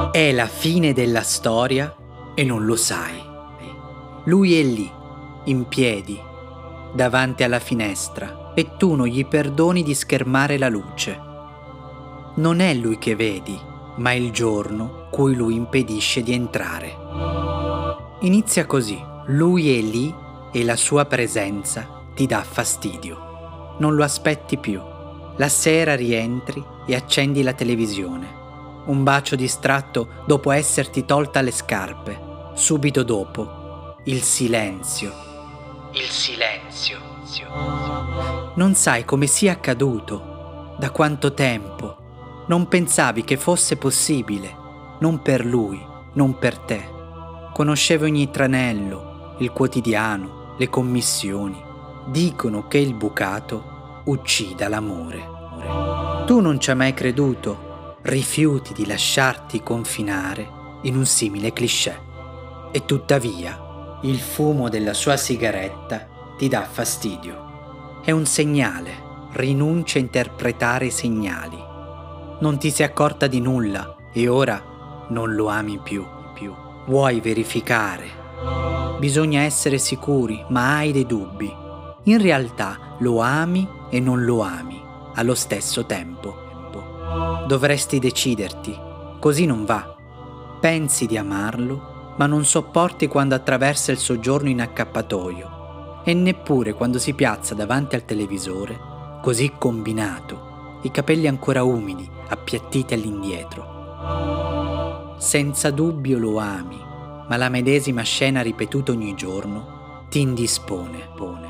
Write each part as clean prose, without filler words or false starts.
È la fine della storia e non lo sai. Lui è lì, in piedi, davanti alla finestra, e tu non gli perdoni di schermare la luce. Non è lui che vedi, ma il giorno cui lui impedisce di entrare. Inizia così: lui è lì e la sua presenza ti dà fastidio. Non lo aspetti più. La sera rientri e accendi la televisione. Un bacio distratto dopo esserti tolta le scarpe. Subito dopo, il silenzio. Il silenzio. Non sai come sia accaduto, da quanto tempo. Non pensavi che fosse possibile, non per lui, non per te. Conoscevo ogni tranello, il quotidiano, le commissioni. Dicono che il bucato uccida l'amore. Tu non ci hai mai creduto, rifiuti di lasciarti confinare in un simile cliché. E tuttavia, il fumo della sua sigaretta ti dà fastidio. È un segnale, rinuncia a interpretare i segnali. Non ti sei accorta di nulla e ora non lo ami più. Vuoi verificare. Bisogna essere sicuri, ma hai dei dubbi. In realtà lo ami e non lo ami allo stesso tempo. Dovresti deciderti, così non va. Pensi di amarlo, ma non sopporti quando attraversa il soggiorno in accappatoio e neppure quando si piazza davanti al televisore, così combinato, i capelli ancora umidi, appiattiti all'indietro. Senza dubbio lo ami, ma la medesima scena ripetuta ogni giorno ti indispone.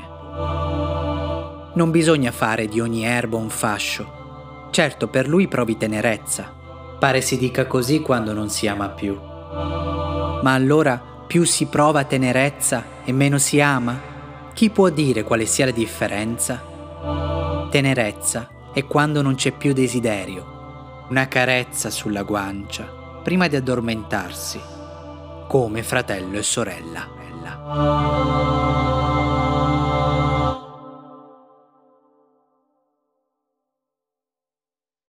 Non bisogna fare di ogni erba un fascio. Certo, per lui provi tenerezza. Pare si dica così quando non si ama più. Ma allora più si prova tenerezza e meno si ama? Chi può dire quale sia la differenza? Tenerezza è quando non c'è più desiderio. Una carezza sulla guancia prima di addormentarsi, come fratello e sorella.